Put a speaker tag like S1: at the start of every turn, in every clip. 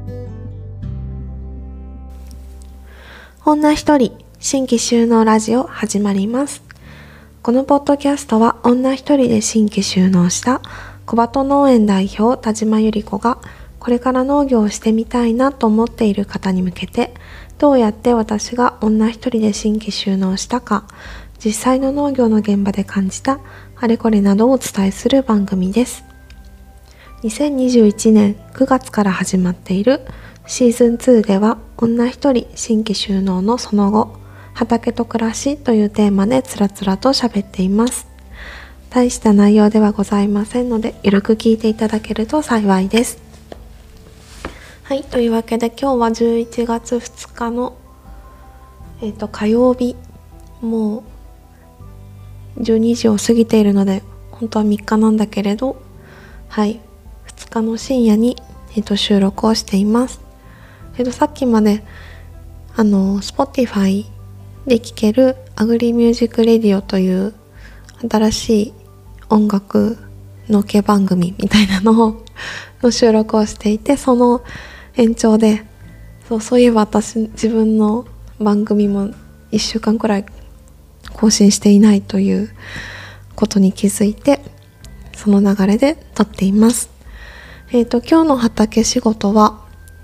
S1: 女一人新規収納ラジオ始まります。このポッドキャストは女一人で新規収納した小鳩農園代表田島由里子がこれから農業をしてみたいなと思っている方に向けて、どうやって私が女一人で新規収納したか、実際の農業の現場で感じたあれこれなどをお伝えする番組です。2021年9月から始まっているシーズン2では、女一人新規収納のその後、畑と暮らしというテーマでつらつらと喋っています。大した内容ではございませんので、ゆるく聞いていただけると幸いです。はい、というわけで今日は11月2日の、火曜日、もう12時を過ぎているので、本当は3日なんだけれど、はい、2日の深夜に、収録をしています。さっきまでSpotify で聴けるアグリミュージックレディオという新しい音楽の系番組みたいなの収録をしていて、その延長でそういえば私自分の番組も1週間くらい更新していないということに気づいて、その流れで撮っています。今日の畑仕事は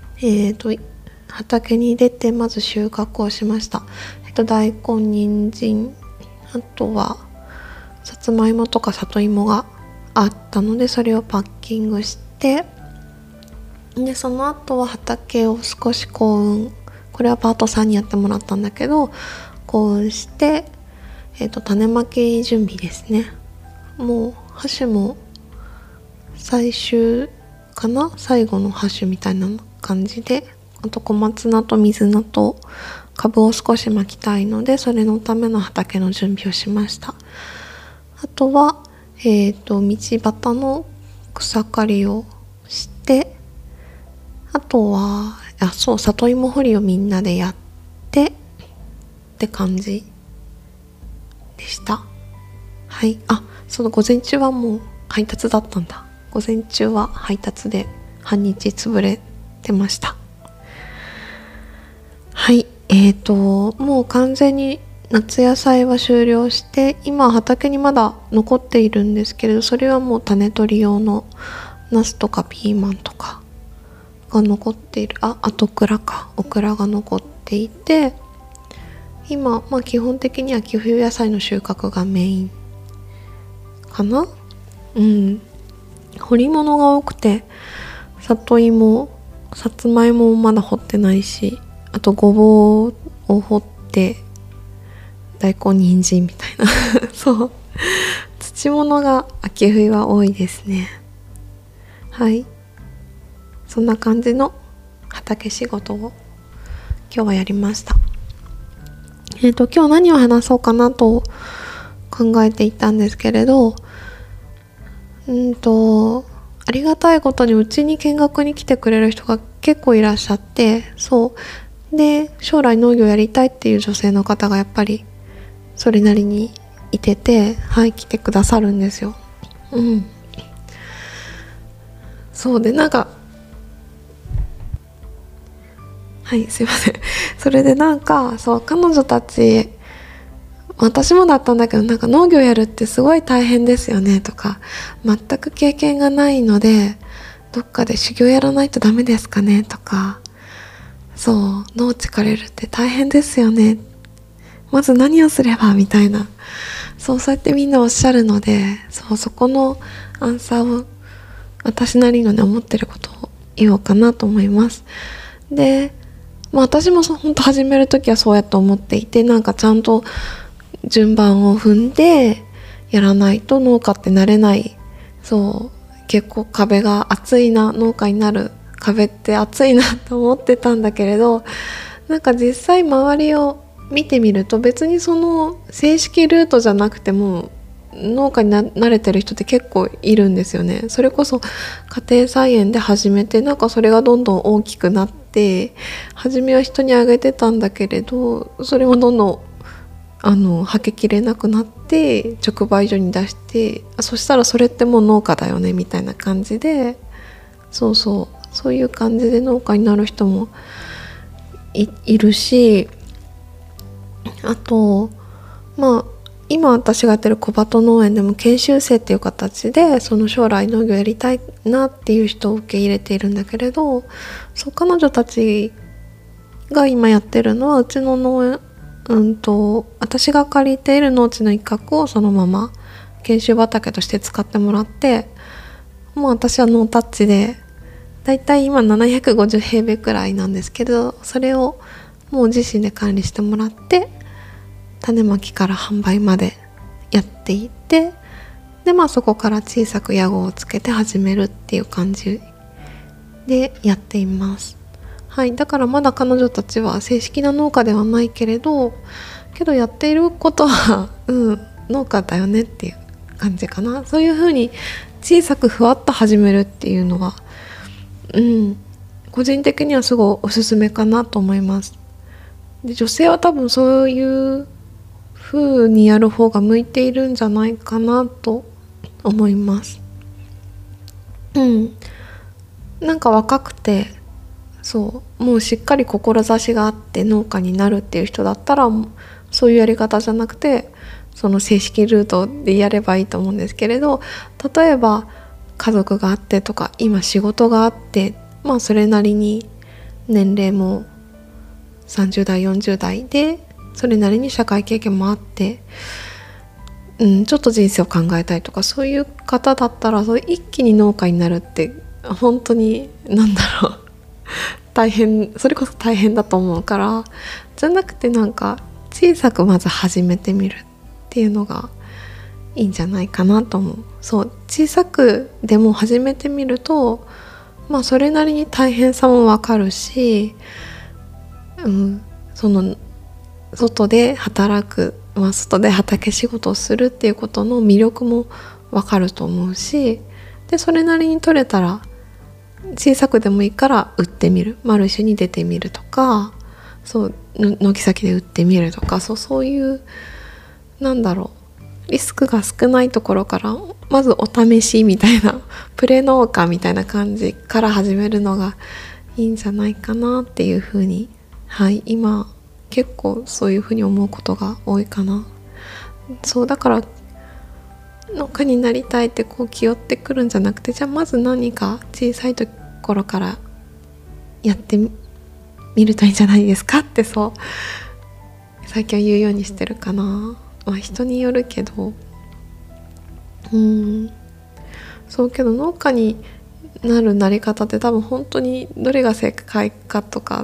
S1: 畑に出てまず収穫をしました。大根、人参、あとはさつまいもとか里芋があったので、それをパッキングして、でその後は畑を少し耕運、これはパートさんにやってもらったんだけど、耕運して、種まき準備ですね。もう箸も最終かな、最後の箸みたいな感じで、あと小松菜と水菜と株を少し巻きたいので、それのための畑の準備をしました。あとは、道端の草刈りをして、あとは里芋掘りをみんなでやってって感じでした。はい。その午前中はもう配達だったんだ。午前中は配達で半日潰れてました。はい、もう完全に夏野菜は終了して、今畑にまだ残っているんですけれど、それはもう種取り用のナスとかピーマンとかが残っている。あとオクラが残っていて、今、基本的には秋冬野菜の収穫がメインかな。掘り物が多くて、里芋、さつまいももまだ掘ってないし、あとごぼうを掘って大根、人参みたいなそう土物が秋冬は多いですね。はい、そんな感じの畑仕事を今日はやりました。今日何を話そうかなと考えていたんですけれど、ありがたいことにうちに見学に来てくれる人が結構いらっしゃって、で将来農業やりたいっていう女性の方がやっぱりそれなりにいてて、来てくださるんですよ。そうで、すいませんそれで彼女たち、私もだったんだけど、農業やるってすごい大変ですよねとか、全く経験がないのでどっかで修行やらないとダメですかねとか、農地借りるって大変ですよね、まず何をすればみたいな、そうやってみんなおっしゃるので、そこのアンサーを私なりの思ってることを言おうかなと思います。で、私も本当始めるときはそうやって思っていて、ちゃんと順番を踏んでやらないと農家ってなれない。結構壁が厚いな、農家になる壁って厚いなと思ってたんだけれど、実際周りを見てみると、別にその正式ルートじゃなくても農家に慣れてる人って結構いるんですよね。それこそ家庭菜園で始めて、それがどんどん大きくなって、初めは人にあげてたんだけれど、それもどんどんはけきれなくなって直売所に出して、そしたらそれってもう農家だよねみたいな感じで、 そういう感じで農家になる人もいるし、あと今私がやってる小鳩農園でも研修生っていう形でその将来農業やりたいなっていう人を受け入れているんだけれど、そう彼女たちが今やってるのはうちの農園、私が借りている農地の一角をそのまま研修畑として使ってもらって、もう私はノータッチでだいたい今750平米くらいなんですけど、それをもう自身で管理してもらって、種まきから販売までやっていて、でそこから小さく屋号をつけて始めるっていう感じでやっています。はい、だからまだ彼女たちは正式な農家ではないけどやっていることは農家だよねっていう感じかな。そういう風に小さくふわっと始めるっていうのは個人的にはすごいおすすめかなと思います。で女性は多分そういう風にやる方が向いているんじゃないかなと思います。なんか若くてもうしっかり志があって農家になるっていう人だったら、そういうやり方じゃなくてその正式ルートでやればいいと思うんですけれど、例えば家族があってとか今仕事があって、それなりに年齢も30代40代でそれなりに社会経験もあって、ちょっと人生を考えたいとかそういう方だったら、一気に農家になるって本当に大変、それこそ大変だと思うから、じゃなくてなんか小さくまず始めてみるっていうのがいいんじゃないかなと思う。小さくでも始めてみるとそれなりに大変さもわかるし、その外で働く、外で畑仕事をするっていうことの魅力もわかると思うし、でそれなりに取れたら小さくでもいいから売ってみる、マルシェに出てみるとか、軒先で売ってみるとか、そういうリスクが少ないところからまずお試しみたいなプレ農家みたいな感じから始めるのがいいんじゃないかなっていうふうに、今結構そういうふうに思うことが多いかな。だから農家になりたいって気負ってくるんじゃなくて、じゃあまず何か小さいところからやってみるといいんじゃないですかって最近は言うようにしてるかな。人によるけどけど農家になるなり方って多分本当にどれが正解かとか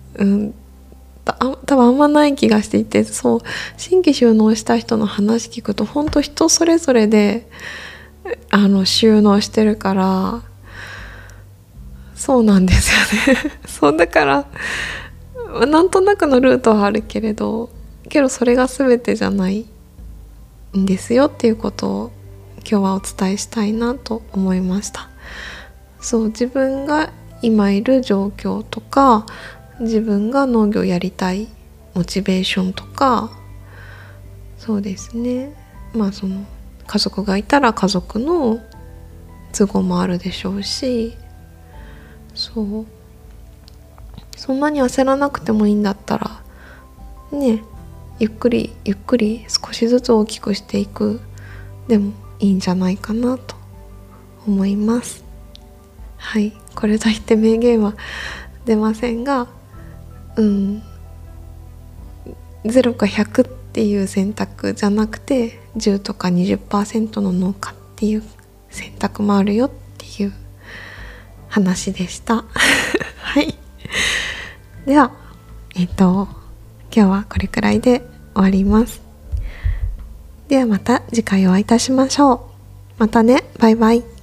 S1: 多分あんまない気がしていて、新規就農した人の話聞くと本当人それぞれで就農してるから、そうなんですよねだからなんとなくのルートはあるけどそれが全てじゃないんですよっていうことを今日はお伝えしたいなと思いました。自分が今いる状況とか、自分が農業やりたいモチベーションとか、そうですね、その家族がいたら家族の都合もあるでしょうし、そんなに焦らなくてもいいんだったらね、ゆっくりゆっくり少しずつ大きくしていくでもいいんじゃないかなと思います。これといって名言は出ませんが、0か100っていう選択じゃなくて10とか 20% の農家っていう選択もあるよっていう話でしたでは今日はこれくらいで終わります。ではまた次回お会いいたしましょう。またね、バイバイ。